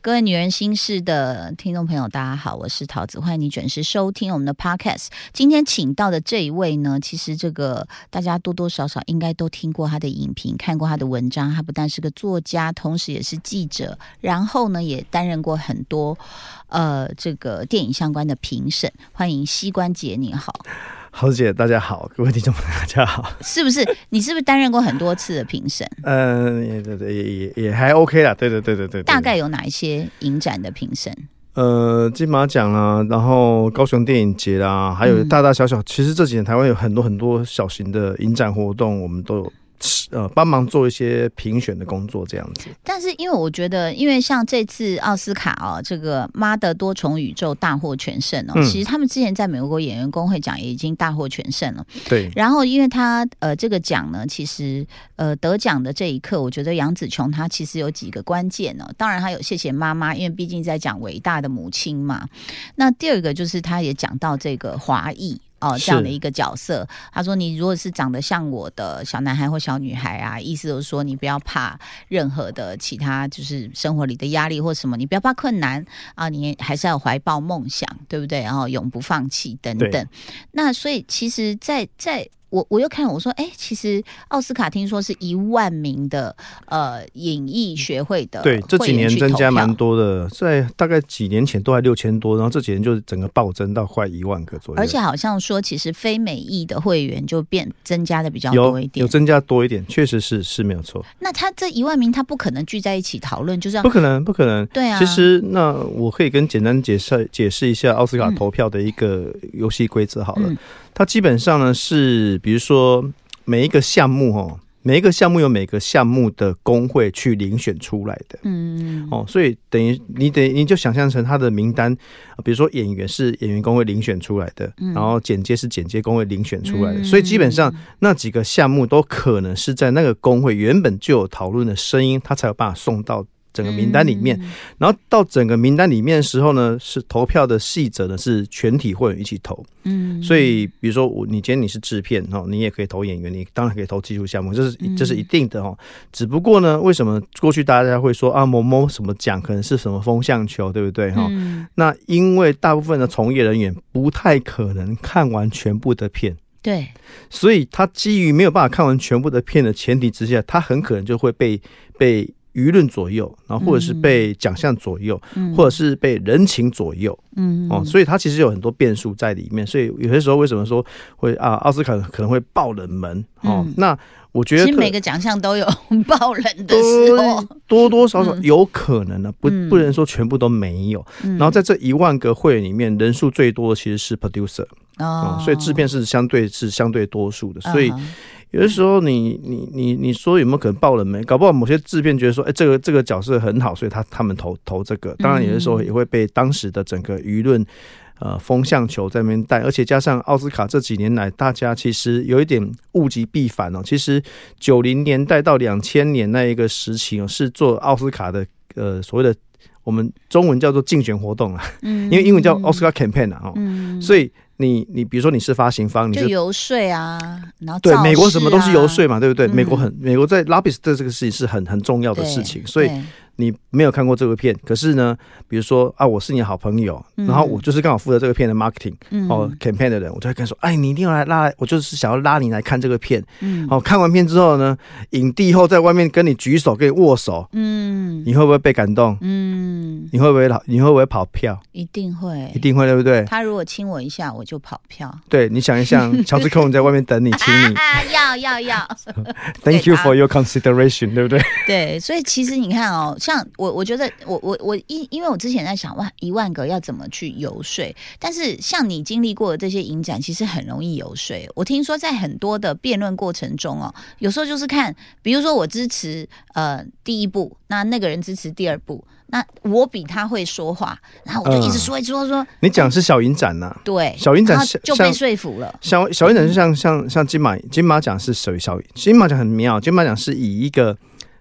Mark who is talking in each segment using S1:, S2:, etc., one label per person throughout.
S1: 各位女人心事的听众朋友大家好，我是桃子，欢迎你准时收听我们的 podcast。 今天请到的这一位呢，其实这个大家多多少少应该都听过他的影评，看过他的文章。他不但是个作家，同时也是记者，然后呢也担任过很多这个电影相关的评审。欢迎膝关节，你好。
S2: 豪姐，大家好，各位听众朋友，大家好。
S1: 是不是？你是不是担任过很多次的评审？
S2: 也还 OK 啦，对。
S1: 大概有哪一些影展的评审？
S2: 金马奖啊，然后高雄电影节啦，还有大大小小，其实这几年台湾有很多小型的影展活动，我们都有帮忙做一些评选的工作这样子。
S1: 但是因为我觉得，因为像这次奥斯卡这个妈的多重宇宙大获全胜其实他们之前在美国演员工会奖也已经大获全胜了。
S2: 对。
S1: 然后因为他这个奖呢，其实得奖的这一刻，我觉得杨紫琼她其实有几个关键当然她有谢谢妈妈，因为毕竟在讲伟大的母亲嘛。那第二个就是她也讲到这个华裔这样的一个角色。他说你如果是长得像我的小男孩或小女孩啊，意思就是说你不要怕任何的其他就是生活里的压力或什么，你不要怕困难啊，你还是要怀抱梦想，对不对？然后永不放弃等等。那所以其实在我又看我说其实奥斯卡听说是1万名的影艺学会的会员去投票，
S2: 对，这几年增加蛮多的，在大概几年前都还6000多，然后这几年就整个暴增到快1万个左右。
S1: 而且好像说其实非美裔的会员就增加的比较多一点，
S2: 有增加多一点，确实是没有错。
S1: 那他这1万名他不可能聚在一起讨论，就是要
S2: 不可能。
S1: 对啊。
S2: 其实那我可以简单解释一下奥斯卡投票的一个游戏规则好了。它基本上呢是，比如说每一个项目有每个项目的工会去遴选出来的。所以等于你就想象成他的名单，比如说演员是演员工会遴选出来的，然后剪接是剪接工会遴选出来的，所以基本上那几个项目都可能是在那个工会原本就有讨论的声音，他才有办法送到整个名单里面。然后到整个名单里面的时候呢，是投票的细则呢是全体会员一起投。所以比如说你今天你是制片你也可以投演员，你当然可以投技术项目，这是一定的只不过呢，为什么过去大家会说某某什么奖可能是什么风向球，对不对那因为大部分的从业人员不太可能看完全部的片。
S1: 对，
S2: 所以他基于没有办法看完全部的片的前提之下，他很可能就会被舆论左右，然后或者是被奖项左右，或者是被人情左右。所以它其实有很多变数在里面。所以有些时候为什么说会奥斯卡可能会爆冷门那我觉得
S1: 其实每个奖项都有爆冷的时候，
S2: 多多少少有可能呢，不能说全部都没有。然后在这1万个会员里面，人数最多的其实是 producer。所以制片是相对多数的。所以有的时候你说有没有可能爆冷门？搞不好某些制片觉得说这个角色很好，所以他们投这个。当然有的时候也会被当时的整个舆论风向球在那边带，而且加上奥斯卡这几年来大家其实有一点物极必反其实90年代到2000年那一个时期是做奥斯卡的所谓的我们中文叫做竞选活动因为英文叫 Oscar campaign 所以你比如说你是发行方，你
S1: 就游说啊，然后
S2: 对美国什么都是游说嘛，对不对？美国在 lobbyist 这个事情是很重要的事情，所以你没有看过这个片，可是呢，比如说我是你的好朋友，然后我就是刚好负责这个片的 marketing campaign 的人，我就会跟他说，你一定要来拉，我就是想要拉你来看这个片。看完片之后呢，影帝后在外面跟你举手，跟你握手，你会不会被感动？你会不会跑票？
S1: 一定会，
S2: 对不对？
S1: 他如果亲我一下，我就跑票。
S2: 对，你想一想，乔治·克隆在外面等你，亲你。
S1: 要。
S2: Thank you for your consideration， 对不对？
S1: 对，所以其实你看像我觉得因为我之前在想1万个要怎么去游说，但是像你经历过的这些影展，其实很容易游说。我听说在很多的辩论过程中有时候就是看，比如说我支持第1部，那个人支持第2部。那我比他会说话，然后我就一直说。
S2: 你讲是小影展呐？
S1: 对，
S2: 小影展
S1: 就被说服了。
S2: 小影展就像金马奖是属于金马奖很妙，金马奖是以一个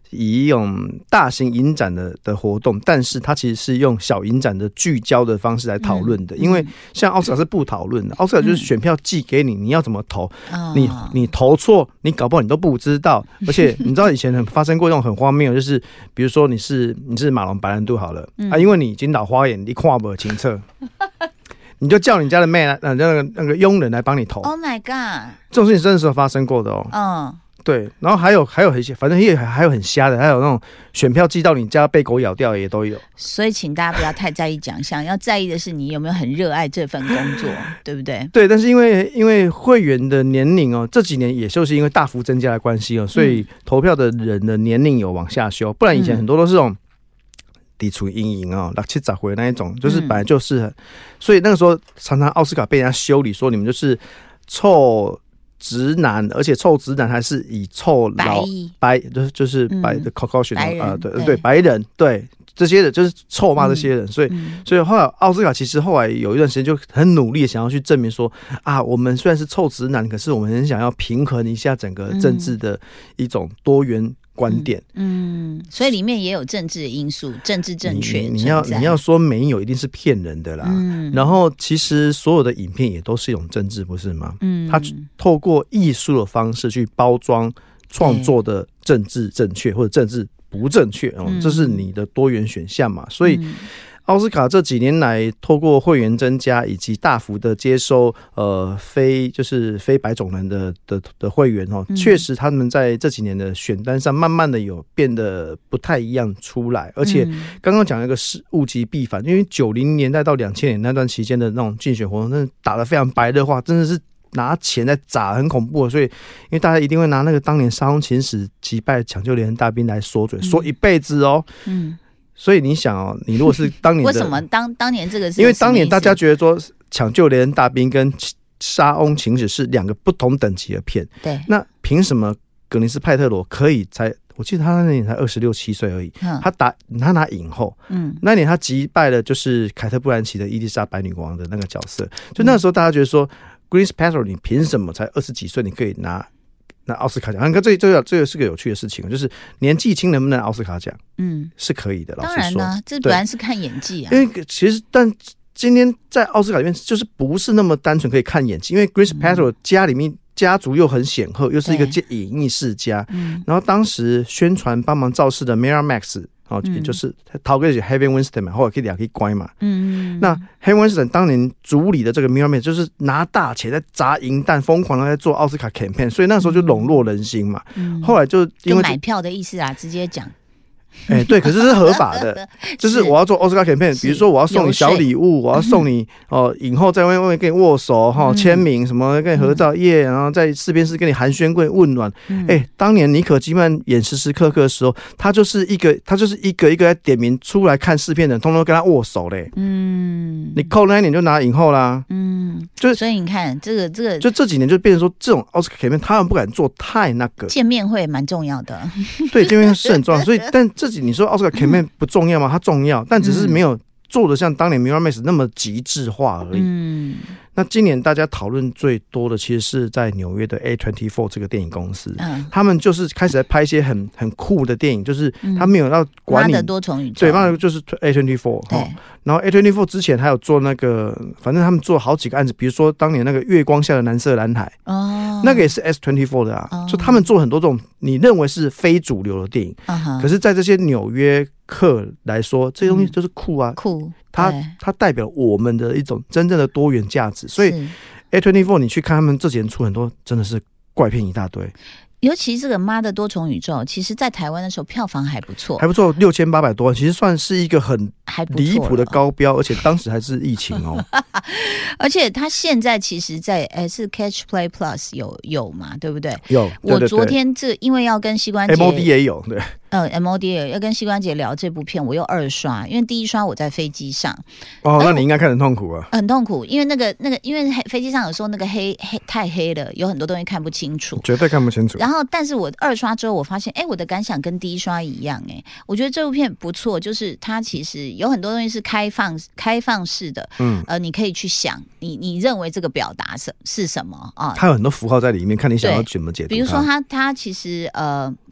S2: 以一种大型影展的活动，但是它其实是用小影展的聚焦的方式来讨论的。因为像奥斯卡是不讨论的，奥斯卡就是选票寄给你，你要怎么投，你投错，你搞不好你都不知道。而且你知道以前发生过那种很荒谬，就是比如说你是马龙白兰度好了因为你已经老花眼，你看不清楚。你就叫你家的妹那个佣人来帮你投。
S1: Oh my god！
S2: 这种事情真的是有发生过的哦。对，然后还有一些，反正还有很瞎的，还有那种选票寄到你家被狗咬掉也都有。
S1: 所以请大家不要太在意奖项，要在意的是你有没有很热爱这份工作，对不对？
S2: 对，但是因为会员的年龄这几年也就是因为大幅增加的关系所以投票的人的年龄有往下修，不然以前很多都是这种低处阴影6、7、10回那一种，就是本来就是所以那个时候常常奥斯卡被人家修理说你们就是臭直男，而且臭直男还是以臭老白就是白的 Caucasian 对白人对这些的就是臭骂这些人，所以后来奥斯卡其实后来有一段时间就很努力想要去证明说我们虽然是臭直男，可是我们很想要平衡一下整个政治的一种多元观点。
S1: 所以里面也有政治的因素，政治正确。你
S2: 要说没有，一定是骗人的啦。然后其实所有的影片也都是一种政治，不是吗？他透过艺术的方式去包装创作的政治正确或者政治不正确这是你的多元选项嘛。所以奥斯卡这几年来透过会员增加以及大幅的接收非白种人的会员确实他们在这几年的选单上慢慢的有变得不太一样出来。而且刚刚讲那个是物极必反，因为90年代到2000年那段期间的那种竞选活动真的打得非常白热化，真的是拿钱在砸，很恐怖的。所以因为大家一定会拿那个当年沙翁秦史击败抢救连人大兵来说嘴，说一辈子所以你想你如果是当年的
S1: 为什么当年这个是
S2: 因为当年大家觉得说抢救连人大兵跟沙翁秦史是两个不同等级的片，
S1: 对，
S2: 那凭什么格尼斯派特罗可以我记得他那年才26、7岁而已，他拿影后，那年他击败了就是凯特·布兰奇的伊丽莎白女王的那个角色，就那时候大家觉得说，Gwyneth Paltrow 你凭什么才20几岁你可以拿奥斯卡奖？你看这个是个有趣的事情，就是年纪轻能不能奥斯卡奖？是可以的。
S1: 当然啦，这本来是看演技啊。
S2: 因为其实但今天在奥斯卡里面就是不是那么单纯可以看演技，因为 Gwyneth Paltrow 家族又很显赫，又是一个演艺世家。然后当时宣传帮忙造势的 Miramax。也就是陶哥是 Harvey Weinstein 嘛，后来可以关嘛。那 Harvey Weinstein 当年主理的这个 Miramax 就是拿大钱在砸银弹，疯狂的在做奥斯卡 campaign， 所以那时候就笼络人心嘛。后来就因为
S1: 买票的意思啊，直接讲。
S2: 对，可是是合法的，就是我要做奥斯卡 campaign， 比如说我要送你小礼物，我要送你影后在外面跟你握手签名什么，跟你合照然后在试片室跟你寒暄跟你问暖。当年妮可基曼演时时刻刻的时候，他就是一个在点名出来看试片的人，通通跟他握手嘞。你扣那一年就拿影后啦。
S1: 所以你看这个
S2: 就这几年就变成说这种奥斯卡 campaign 他们不敢做太那个，
S1: 见面会蛮重要的。
S2: 对，见面会是很重要，所以但你说奥斯卡 campaign 不重要吗？它重要，但只是没有做的像当年 Miramax 那么极致化而已。那今年大家讨论最多的其实是在纽约的 A24 这个电影公司，他们就是开始在拍一些很酷的电影，就是他没有要管理
S1: 妈的多重宇宙，
S2: 对，妈的就是 A24。然后 A24 之前还有做那个，反正他们做好几个案子，比如说当年那个月光下的蓝色蓝海，那个也是 S24 的啊。就他们做很多这种你认为是非主流的电影，可是在这些纽约客来说，这些东西就是酷啊，它代表我们的一种真正的多元价值。所以 A24 你去看他们这几年出很多真的是怪片一大堆。
S1: 尤其这个妈的多重宇宙，其实在台湾的时候票房还不错
S2: ，6800多万，其实算是一个很离谱的高标，而且当时还是疫情
S1: 而且他现在其实在是 Catch Play Plus 有嘛，对不对？
S2: 有。
S1: 我昨天因为要跟膝关节
S2: MOD 也有，对。
S1: MOD 也要跟膝关节聊这部片，我又2刷，因为第一刷我在飞机上。
S2: 那你应该看得很痛苦啊。
S1: 很痛苦，因为那个，因为飞机上有时候那个黑太黑了，有很多东西看不清楚，
S2: 绝对看不清楚。
S1: 然后，但是我2刷之后，我发现，我的感想跟第一刷一样，我觉得这部片不错，就是它其实有很多东西是开放式的，你可以去想，你认为这个表达是什么啊？
S2: 它有很多符号在里面，看你想要怎么解读它。
S1: 比如说它其实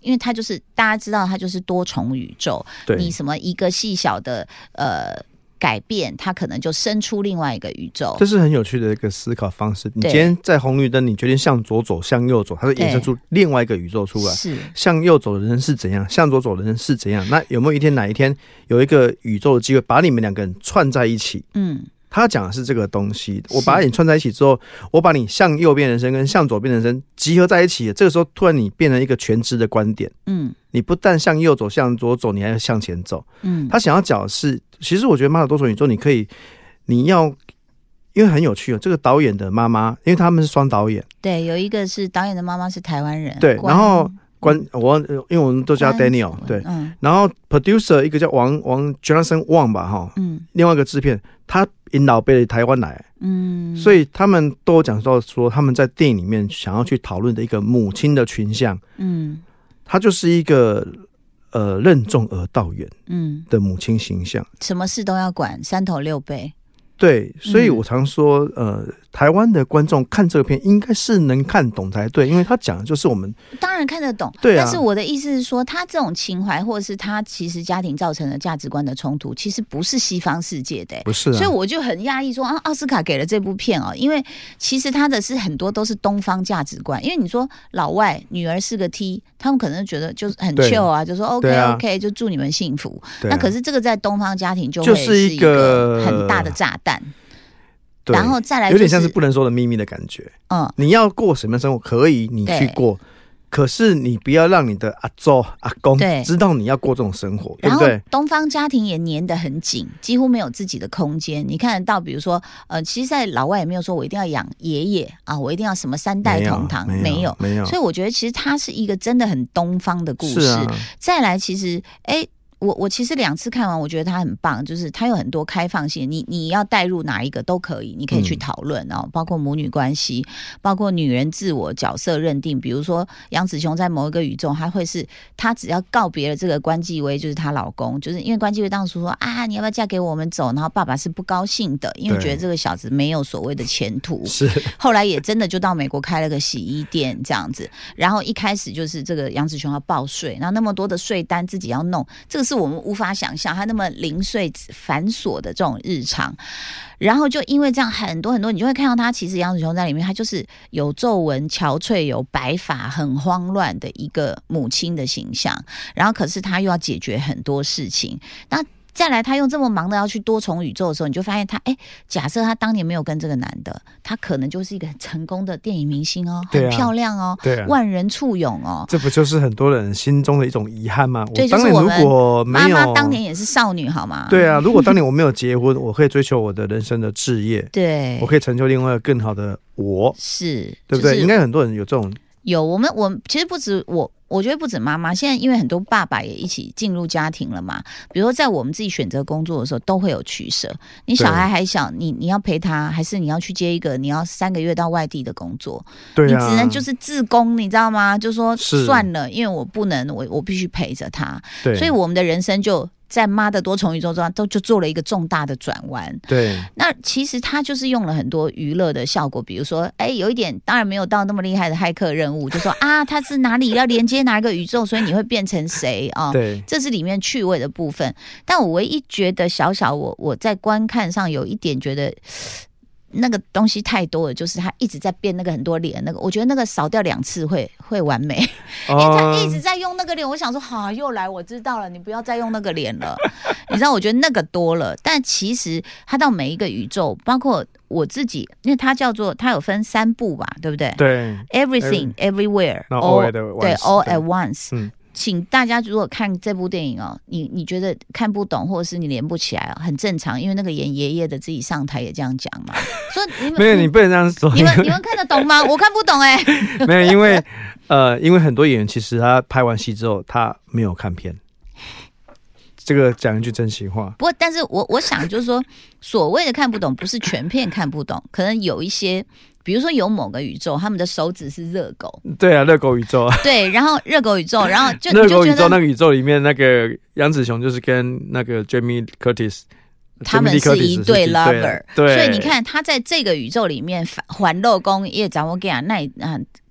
S1: 因为它就是大家知道它就是多重宇宙，你什么一个细小的改变，它可能就生出另外一个宇宙。
S2: 这是很有趣的一个思考方式。你今天在红绿灯，你决定向左走、向右走，它会衍生出另外一个宇宙出来。是向右走的人是怎样，向左走的人是怎样？那有没有哪一天有一个宇宙的机会把你们两个人串在一起？他讲的是这个东西，我把你串在一起之后，我把你向右边人生跟向左边人生集合在一起，这个时候突然你变成一个全知的观点。你不但向右走、向左走，你还要向前走。他想要讲的是，其实我觉得《妈的多重宇宙》，你要，因为很有趣哦。这个导演的妈妈，因为他们是双导演，
S1: 对，有一个是导演的妈妈是台湾人，
S2: 对，然后因为我们都叫 Daniel， 对，然后 producer 一个叫王 Jonathan Wang 吧，哈，另外一个制片，他引导被台湾来，所以他们都讲到说，他们在电影里面想要去讨论的一个母亲的群像，他就是一个任重而道远的母亲形象，
S1: 什么事都要管，三头六臂。
S2: 对，所以我常说，台湾的观众看这个片应该是能看懂才对，因为他讲的就是我们
S1: 当然看得懂，
S2: 对啊。
S1: 但是我的意思是说，他这种情怀，或者是他其实家庭造成的价值观的冲突，其实不是西方世界的，
S2: 不是、啊。
S1: 所以我就很讶异说，奥斯卡给了这部片哦，因为其实他的是很多都是东方价值观，因为你说老外女儿是个 T， 他们可能觉得就是很 chill 啊，就说 OK， 就祝你们幸福。那可是这个在东方家庭就会是一个很大的炸弹。然后再来、就是，
S2: 有点像是不能说的秘密的感觉。你要过什么生活可以，你去过，可是你不要让你的阿祖阿公知道你要过这种生活，对不对？然后
S1: 东方家庭也黏得很紧，几乎没有自己的空间。你看得到，比如说，其实，在老外也没有说我一定要养爷爷啊，我一定要什么三代同堂，没有。所以我觉得其实它是一个真的很东方的故事。再来，其实，我其实2次看完，我觉得它很棒，就是它有很多开放性，你要带入哪一个都可以，你可以去讨论哦，包括母女关系，包括女人自我角色认定，比如说杨紫琼在某一个宇宙，她只要告别了这个关继威，就是她老公，就是因为关继威当初说啊，你要不要嫁给我们走，然后爸爸是不高兴的，因为觉得这个小子没有所谓的前途，是后来也真的就到美国开了个洗衣店这样子，然后一开始就是这个杨紫琼要报税，然后那么多的税单自己要弄，这个是我们无法想象他那么零碎繁琐的这种日常，然后就因为这样很多很多，你就会看到他其实杨紫琼在里面，他就是有皱纹、憔悴、有白发、很慌乱的一个母亲的形象，然后可是他又要解决很多事情，那再来他用这么忙的要去多重宇宙的时候，你就发现他假设他当年没有跟这个男的，他可能就是一个很成功的电影明星哦，很漂亮哦，万人簇拥哦，
S2: 这不就是很多人心中的一种遗憾吗？
S1: 对，就是我们妈妈当年也是少女好吗？
S2: 对啊，如果当年我没有结婚，我可以追求我的人生的志业，
S1: 对，
S2: 我可以成就另外一个更好的我，
S1: 是，
S2: 对不对？应该很多人有这种。
S1: 有我其实不止我觉得不止妈妈，现在因为很多爸爸也一起进入家庭了嘛。比如说在我们自己选择工作的时候，都会有取舍。你小孩还小，你要陪他，还是你要去接一个你要3个月到外地的工作？对啊，你只能就是自工，你知道吗？就说算了，因为我不能，我必须陪着他。对，所以我们的人生就在妈的多重宇宙中就做了一个重大的转弯。对，那其实他就是用了很多娱乐的效果，比如说，有一点当然没有到那么厉害的骇客任务，就说啊，他是哪里要连接哪一个宇宙，所以你会变成谁啊？对，这是里面趣味的部分。但我唯一觉得我在观看上有一点觉得。那个东西太多了，就是他一直在变那个很多脸，那个我觉得那个少掉2次会完美，因为他一直在用那个脸，我想说又来，我知道了，你不要再用那个脸了，你知道，我觉得那个多了，但其实他到每一个宇宙，包括我自己，因为它有分3部吧，对不对？对 ，Everything Everywhere All at Once。请大家如果看这部电影哦，你觉得看不懂或者是你连不起来哦，很正常，因为那个演爷爷的自己上台也这样讲嘛。所以
S2: 没有，你不能这样说。
S1: 你们看得懂吗？我看不懂
S2: 没有，因为很多演员其实他拍完戏之后他没有看片。这个讲一句真心话。
S1: 不过，但是我想就是说，所谓的看不懂，不是全片看不懂，可能有一些。比如说有某个宇宙，他们的手指是热狗。对
S2: 啊，热狗宇宙啊。
S1: 对，然后热狗宇宙，然后就
S2: 热狗宇宙那个宇宙里面，那个杨紫琼就是跟那个 Jamie Curtis，
S1: 他们是一对 lover。对，所以你看他在这个宇宙里面还漏功也掌握给那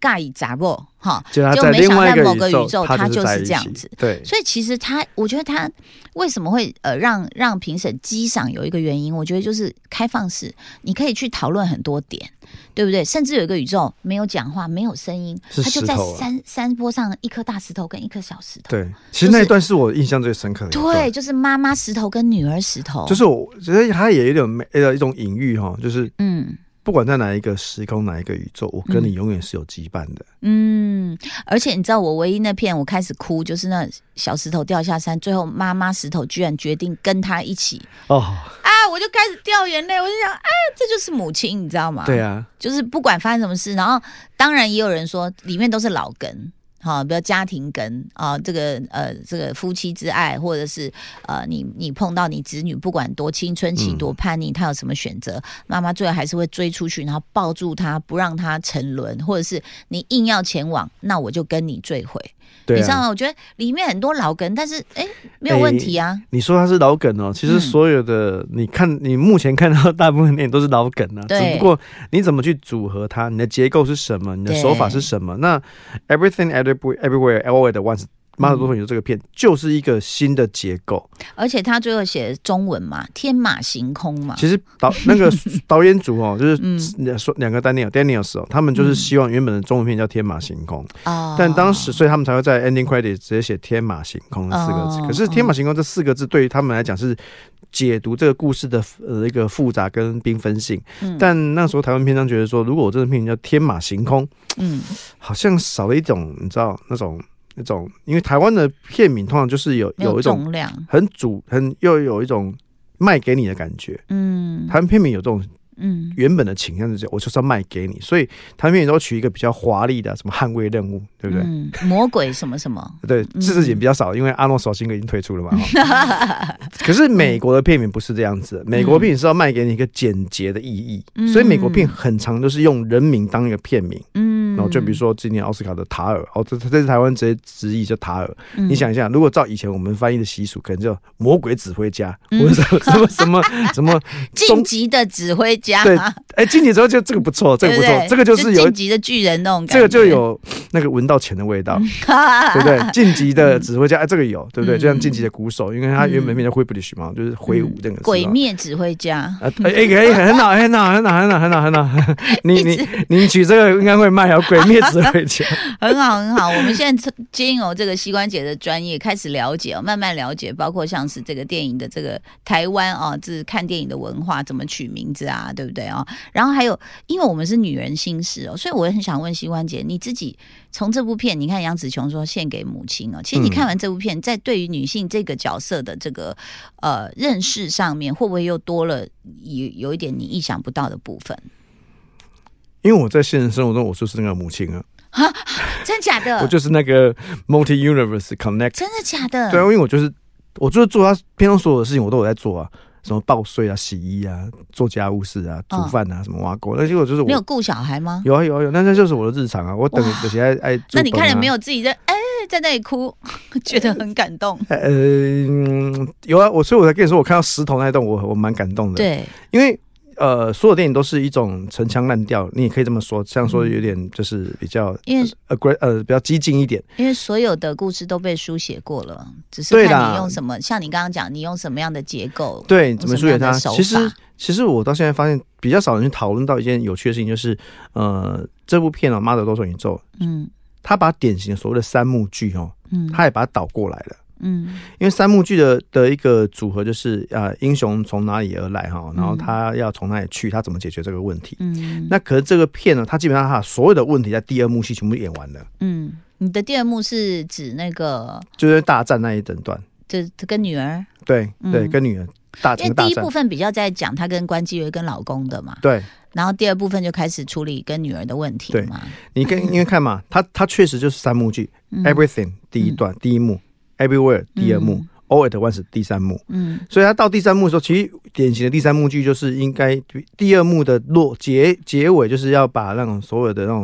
S1: 尬意杂不哈，
S2: 就
S1: 没想到某个
S2: 宇
S1: 宙他就是这样子。
S2: 对，
S1: 所以其实我觉得他为什么会让评审激赏有一个原因，我觉得就是开放式，你可以去讨论很多点，对不对？甚至有一个宇宙没有讲话，没有声音，他就在山坡上一颗大石头跟一颗小石头。
S2: 对，其实那一段是我印象最深刻的。
S1: 对，就是妈妈石头跟女儿石头。
S2: 就是我觉得它也有一种隐喻哈，就是不管在哪一个时空哪一个宇宙，我跟你永远是有羁绊的。
S1: 而且你知道我唯一那片我开始哭，就是那小石头掉下山，最后妈妈石头居然决定跟他一起我就开始掉眼泪，我就想这就是母亲，你知道吗？
S2: 对啊，
S1: 就是不管发生什么事，然后当然也有人说里面都是老梗。比如家庭根这个夫妻之爱，或者是你碰到你子女，不管多青春期多叛逆，他有什么选择，妈妈最后还是会追出去，然后抱住他，不让他沉沦，或者是你硬要前往，那我就跟你坠毁。你知道吗？我觉得里面很多老梗，但是没有问题啊。
S2: 你说它是老梗其实所有的你目前看到大部分电影都是老梗只不过你怎么去组合它，你的结构是什么，你的手法是什么。那 Everything Everywhere All at Once。妈的多重宇宙这个片就是一个新的结构，
S1: 而且他最后写中文嘛，天马行空嘛。
S2: 其实那个导演组就是说两个 Daniels 他们就是希望原本的中文片叫天马行空但当时所以他们才会在 ending credit 直接写天马行空这四个字。可是天马行空这四个字对于他们来讲是解读这个故事的一个复杂跟缤纷性。但那时候台湾片商觉得说，如果我这个片名叫天马行空，好像少了一种你知道那种，因为台湾的片名通常就是有一种又有一种卖给你的感觉。台湾片名有这种原本的倾向是我就是要卖给你，所以台湾片名都取一个比较华丽的，什么捍卫任务，对不对？
S1: 魔鬼什么什么，
S2: 对，字也比较少，因为阿诺·索辛格已经退出了嘛。可是美国的片名不是这样子，美国片名是要卖给你一个简洁的意义，所以美国片很常都是用人名当一个片名。然后就比如说今年奥斯卡的塔尔，这是台湾直接直译叫塔尔。你想一下，如果照以前我们翻译的习俗，可能叫魔鬼指挥家，或者什么
S1: 晋级的指挥家。
S2: 对，晋级之后就这个不错，这个不错，这个就是有
S1: 晋级的巨人那种感觉，
S2: 这个就有那个闻到钱的味道，对不对？晋级的指挥家，这个有，对不对？就像晋级的鼓手，因为他原本名叫挥不利许嘛，就是挥舞那个
S1: 鬼灭指挥家。
S2: 可以，很好。你取这个应该会卖啊。鬼灭指挥家
S1: 很好。我们现在经由这个膝关节的专业开始了解慢慢了解，包括像是这个电影的这个台湾这看电影的文化怎么取名字啊，对不对然后还有，因为我们是女人心事所以我也很想问膝关节，你自己从这部片，你看杨紫琼说献给母亲其实你看完这部片，在对于女性这个角色的这个认识上面，会不会又多了有一点你意想不到的部分？
S2: 因为我在现实生活中，我就是那个母亲
S1: 真假的？
S2: 我就是那个 multi universe connect。真
S1: 的假的？
S2: 对，因为我就是做他片中所有的事情，我都有在做什么报税啊、洗衣啊、做家务事啊、煮饭啊、什么挖锅，那结果就是我。你有
S1: 顾小孩吗？
S2: 有，那就是我的日常我等有些爱。
S1: 那你看了没有？自己在那里哭，觉得很感动。
S2: 有所以我才跟你说，我看到石头那一段，我蛮感动的。对，因为。所有电影都是一种陈腔滥调，你也可以这么说，这样说有点就是比较，因为比较激进一点。因为所有的故事都被书写过了，只是看你用什么，像你刚刚讲，你用什么样的结构，对，怎么书写它。其实我到现在发现比较少人去讨论到一件有趣的事情，就是这部片妈的多重宇宙，他把典型的所谓的三幕剧他也把它倒过来了。因为三幕剧的一个组合就是英雄从哪里而来然后他要从哪里去，他怎么解决这个问题。那可是这个片呢，他基本上他所有的问题在第二幕戏全部演完了。你的第二幕是指那个就是大战那一整段，就跟女儿，对，跟女儿大战。因为第一部分比较在讲他跟关继威跟老公的嘛，对。然后第二部分就开始处理跟女儿的问题嘛。你因为看嘛，他确实就是三幕剧，Everything 第一段第一幕。Everywhere 第二幕，All at Once 第三幕，所以他到第三幕的时候，其实典型的第三幕剧就是应该第二幕的结尾就是要把那种所有的那种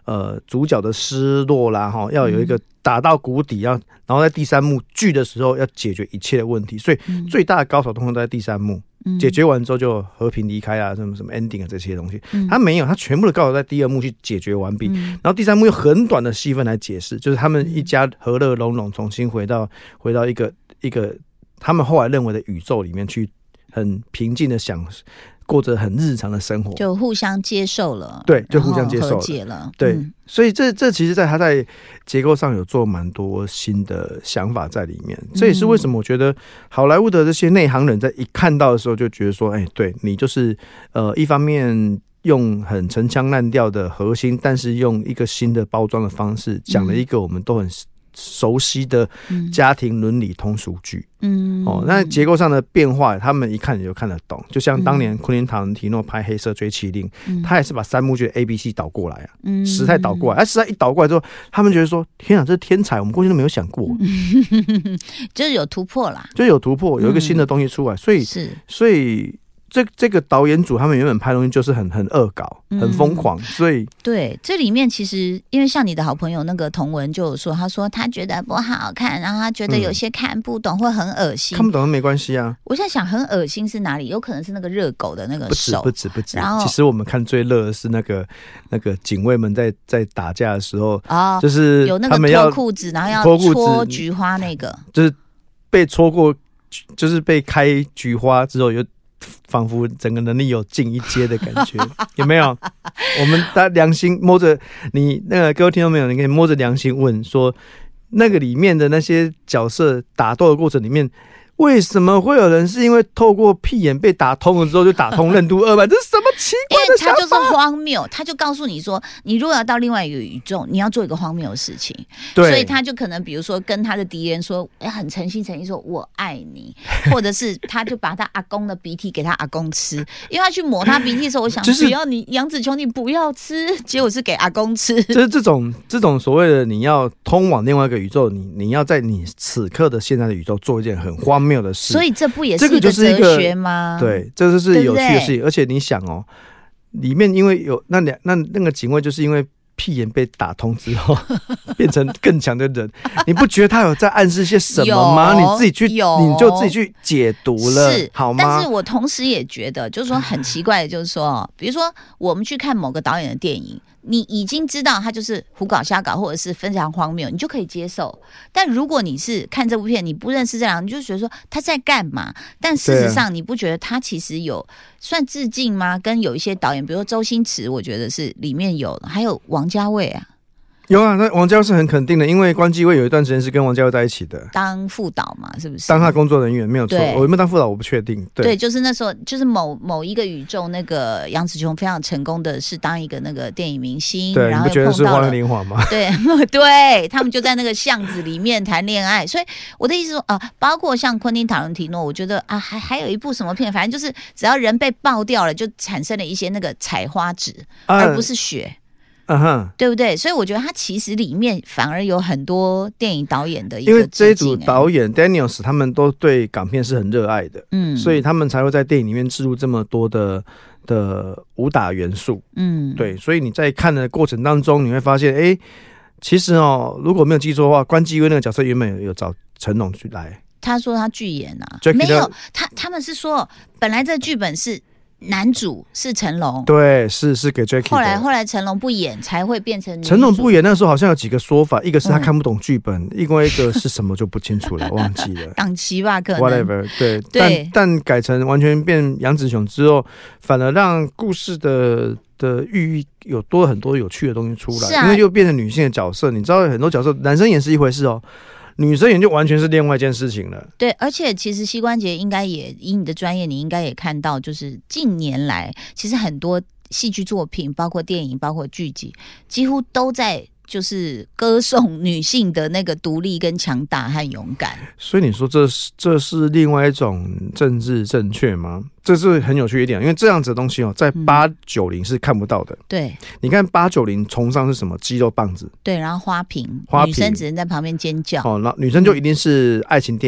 S2: 主角的失落啦，要有一个打到谷底，然后在第三幕剧的时候要解决一切的问题，所以最大的高潮通常都在第三幕。解决完之后就和平离开啊，什么 ending 啊这些东西，他没有，他全部的高潮在第二幕去解决完毕，然后第三幕用很短的戏份来解释，就是他们一家和乐融融，重新回到一个他们后来认为的宇宙里面去，很平静的过着很日常的生活，
S1: 就互相接受了，
S2: 对，就互相接受了，
S1: 和解了，
S2: 对，所以这其实他在结构上有做蛮多新的想法在里面，这也是为什么我觉得好莱坞的这些内行人在一看到的时候就觉得说，对你就是一方面用很陈腔滥调的核心，但是用一个新的包装的方式讲了一个我们都很熟悉的家庭伦理通俗剧，那结构上的变化，他们一看你就看得懂。就像当年昆汀塔伦提诺拍《黑色追妻令》，他也是把三幕剧的 ABC 倒过来啊，时态倒过来，时态一倒过来之后，他们觉得说：天啊，这是天才，我们过去都没有想过，
S1: 就是有突破啦，
S2: 就有突破，有一个新的东西出来，所以。这个导演组他们原本拍的东西就是很恶搞，很疯狂，所以
S1: 对这里面其实因为像你的好朋友那个童文就有说，他说他觉得不好看，然后他觉得有些看不懂或很恶心，
S2: 看不懂没关系啊。
S1: 我在想很恶心是哪里？有可能是那个热狗的那个手，
S2: 不止。
S1: 然后
S2: 其实我们看最热的是那个警卫们在打架的时候，就是
S1: 有那个脱裤子，然后要戳菊花那个，
S2: 就是被戳过，就是被开菊花之后有。仿佛整个能力有进一阶的感觉，有没有？我们的良心摸着你那个各位听众朋友，你可以摸着良心问说，那个里面的那些角色打斗的过程里面，为什么会有人是因为透过屁眼被打通了之后就打通任督二脉？这是什么奇怪的想法？
S1: 因为他就是荒谬，他就告诉你说，你如果要到另外一个宇宙，你要做一个荒谬的事情。对，所以他就可能比如说跟他的敌人说，很诚心诚意说我爱你，或者是他就把他阿公的鼻涕给他阿公吃，因为他去抹他鼻涕的时候，我想不要你杨紫琼你不要吃，结果是给阿公吃。
S2: 就是这种所谓的你要通往另外一个宇宙，你要在你此刻的现在的宇宙做一件很荒谬的事，
S1: 所以这不也是一个哲学吗？
S2: 对，这就是有趣的事情。而且你想里面因为有那个警卫，就是因为屁眼被打通之后变成更强的人，你不觉得他有在暗示些什么吗？你就自己去解读了，好吗？
S1: 但是我同时也觉得，就是说很奇怪的，就是说，比如说我们去看某个导演的电影。你已经知道他就是胡搞瞎搞，或者是非常荒谬，你就可以接受。但如果你是看这部片，你不认识这两个，你就觉得说他在干嘛？但事实上，你不觉得他其实有算致敬吗？跟有一些导演，比如说周星驰，我觉得是里面有，还有王家卫啊。
S2: 有啊，那王家卫是很肯定的，因为关继威有一段时间是跟王家卫在一起的，
S1: 当副导嘛，是不是？
S2: 当他工作人员没有错，我有没有当副导我不确定。
S1: 对，就是那时候，就是某一个宇宙，那个杨紫琼非常成功的是当一个那个电影明星，
S2: 对，
S1: 然后
S2: 你不觉得是花样年华吗？
S1: 对对，他们就在那个巷子里面谈恋爱，所以我的意思说包括像昆汀塔伦提诺，我觉得还有一部什么片，反正就是只要人被爆掉了，就产生了一些那个采花纸，而不是血。对不对？所以我觉得他其实里面反而有很多电影导演的一个，
S2: 因为这一组导演 Daniels 他们都对港片是很热爱的，所以他们才会在电影里面置入这么多的武打元素，对，所以你在看的过程当中，你会发现，其实如果没有记错的话，关继威那个角色原本有找成龙去来，
S1: 他说他拒演啊，没有，他们是说本来这剧本是。男主是成龙，
S2: 对，是给 Jackie 的。
S1: 后来成龙不演，才会变成女主。
S2: 成龙不演那时候好像有几个说法，一个是他看不懂剧本，另外一个是什么就不清楚了，忘记了。
S1: 档期吧，可能
S2: whatever。对，但改成完全变杨紫琼之后，反而让故事的寓意有多很多有趣的东西出来，因为又变成女性的角色。你知道很多角色男生演是一回事女生演就完全是另外一件事情了。
S1: 对，而且其实膝关节应该也以你的专业，你应该也看到，就是近年来其实很多戏剧作品，包括电影，包括剧集，几乎都在就是歌颂女性的那个独立跟强大和勇敢。所
S2: 以你说这是另外一种政治正确吗？这是很有趣一点，因为这样子的东西在890是看不到的。
S1: 对，
S2: 你看890崇尚是什么？肌肉棒子，
S1: 对，然后花瓶，女生只能在旁边尖叫。
S2: 那女生就一定是爱情电影，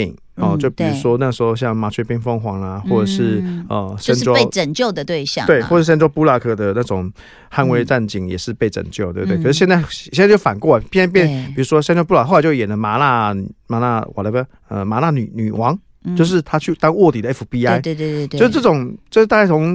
S2: 就比如说那时候像麻雀变凤凰啦，或者是
S1: 就是被拯救的对象，
S2: 对，或者Sandra Bullock的那种捍卫战警也是被拯救，对不对？可是现在就反过来变，比如说Sandra Bullock后来就演了麻辣女王，就是他去当卧底的 FBI，
S1: 对，
S2: 就是这种，就是大概从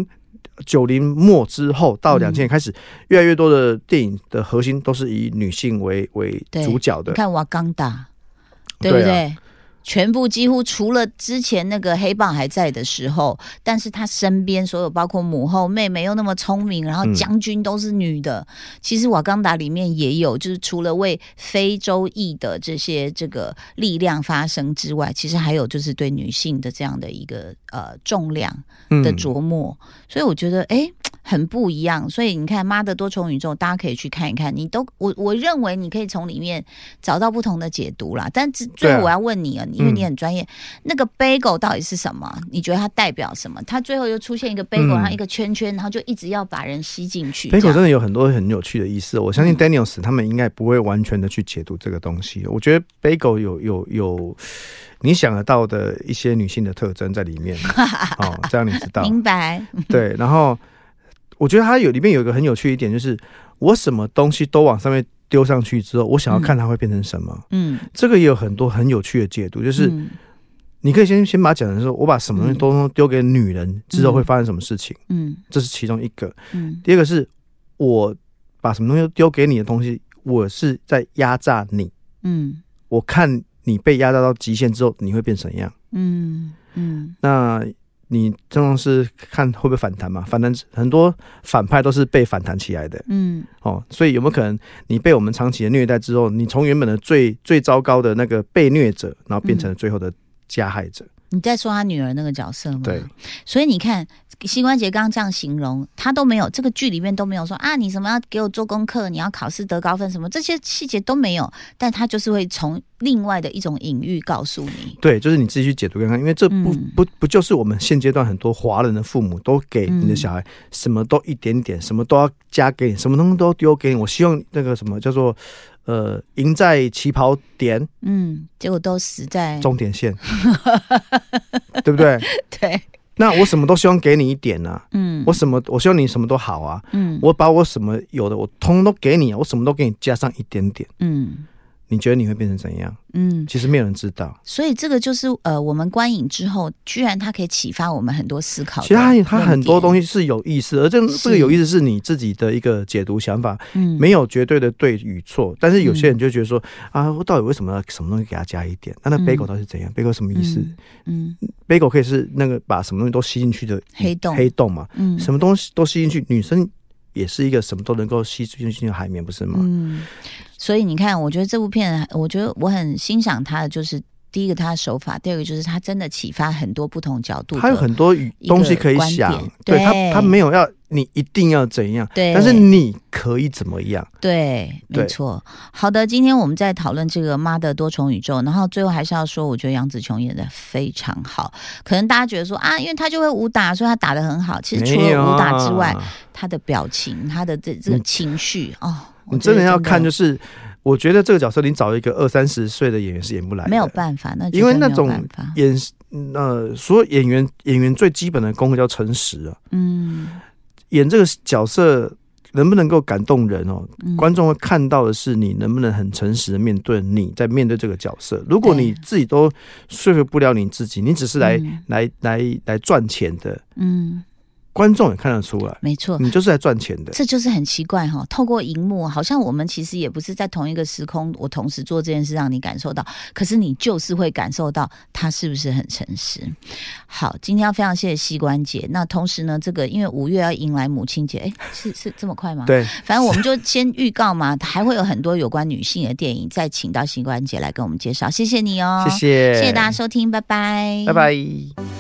S2: 90末之后到2000年开始，越来越多的电影的核心都是以女性为主角的。
S1: 你看瓦冈达，对不对？全部几乎除了之前那个黑豹还在的时候，但是他身边所有包括母后妹妹又那么聪明，然后将军都是女的。其实瓦冈达里面也有，就是除了为非洲裔的这个力量发声之外，其实还有就是对女性的这样的一个重量的琢磨。所以我觉得很不一样，所以你看《妈的多重宇宙》，大家可以去看一看。我认为你可以从里面找到不同的解读啦。但最后我要问你因为你很专业，那个 bagel 到底是什么？你觉得它代表什么？它最后又出现一个 bagel，然后一个圈圈，然后就一直要把人吸进去。
S2: bagel 真的有很多很有趣的意思，我相信 Daniels 他们应该不会完全的去解读这个东西。我觉得 bagel 有你想得到的一些女性的特征在里面，这样你知道？
S1: 明白。
S2: 对，然后。我觉得它里面有一个很有趣的一点，就是我什么东西都往上面丢上去之后，我想要看它会变成什么。这个也有很多很有趣的解读，就是你可以先把它讲成说，我把什么东西都丢给女人之后会发生什么事情。这是其中一个。第二个是我把什么东西丢给你的东西，我是在压榨你。我看你被压榨到极限之后，你会变怎样？那。你通常是看会不会反弹嘛？反弹很多反派都是被反弹起来的，所以有没有可能你被我们长期的虐待之后，你从原本的最糟糕的那个被虐者，然后变成了最后的加害者？
S1: 你在说他女儿那个角色吗？
S2: 对，
S1: 所以你看膝关节刚刚这样形容，他都没有，这个剧里面都没有说你什么要给我做功课，你要考试得高分什么，这些细节都没有，但他就是会从另外的一种隐喻告诉你。
S2: 对，就是你自己去解读看看，因为这不就是我们现阶段很多华人的父母都给你的小孩什么都一点点，什么都要加给你，什么东西都丢给你，我希望那个什么叫做赢在起跑点，
S1: 结果都死在
S2: 终点线，对不对？
S1: 对。
S2: 那我什么都希望给你一点啊，我希望你什么都好啊，我把我什么有的我通通都给你啊，我什么都给你加上一点点，你觉得你会变成怎样？其实没有人知道。
S1: 所以这个就是我们观影之后，居然它可以启发我们很多思考。
S2: 其实它很多东西是有意思，而这个有意思是你自己的一个解读想法，没有绝对的对与错。但是有些人就觉得说我到底为什么要什么东西给它加一点？那 bagel 到底是怎样？bagel 什么意思？bagel 可以是那个把什么东西都吸进去的黑洞嘛？什么东西都吸进去，女生也是一个什么都能够吸进去的海绵，不是吗？
S1: 所以你看，我觉得这部片，我觉得我很欣赏它的，就是第一个它的手法，第二个就是它真的启发很多不同角度，
S2: 它有很多东西可以想，对它没有要你一定要怎样，对，但是你可以怎么样，
S1: 对，没错。好的，今天我们在讨论这个《妈的多重宇宙》，然后最后还是要说，我觉得杨紫琼演的非常好。可能大家觉得说因为她就会武打，所以她打得很好。其实除了武打之外，她的表情，她的这个情绪
S2: 你真的要看，就是我觉得这个角色你找一个20-30岁的演员是演不来的，
S1: 没有办法，
S2: 因为那种所有演员最基本的功课叫诚实啊。演这个角色能不能够感动人观众会看到的是你能不能很诚实的面对你在面对这个角色。如果你自己都说服不了你自己，你只是来赚钱的，观众也看得出来，
S1: 没错，
S2: 你就是来赚钱的。
S1: 这就是很奇怪透过荧幕，好像我们其实也不是在同一个时空，我同时做这件事让你感受到，可是你就是会感受到他是不是很诚实。好，今天要非常谢谢膝关节。那同时呢，这个因为5月要迎来母亲节，是这么快吗？
S2: 对，
S1: 反正我们就先预告嘛，还会有很多有关女性的电影，再请到膝关节来跟我们介绍。谢谢你
S2: 谢谢
S1: 大家收听，拜拜，
S2: 拜拜。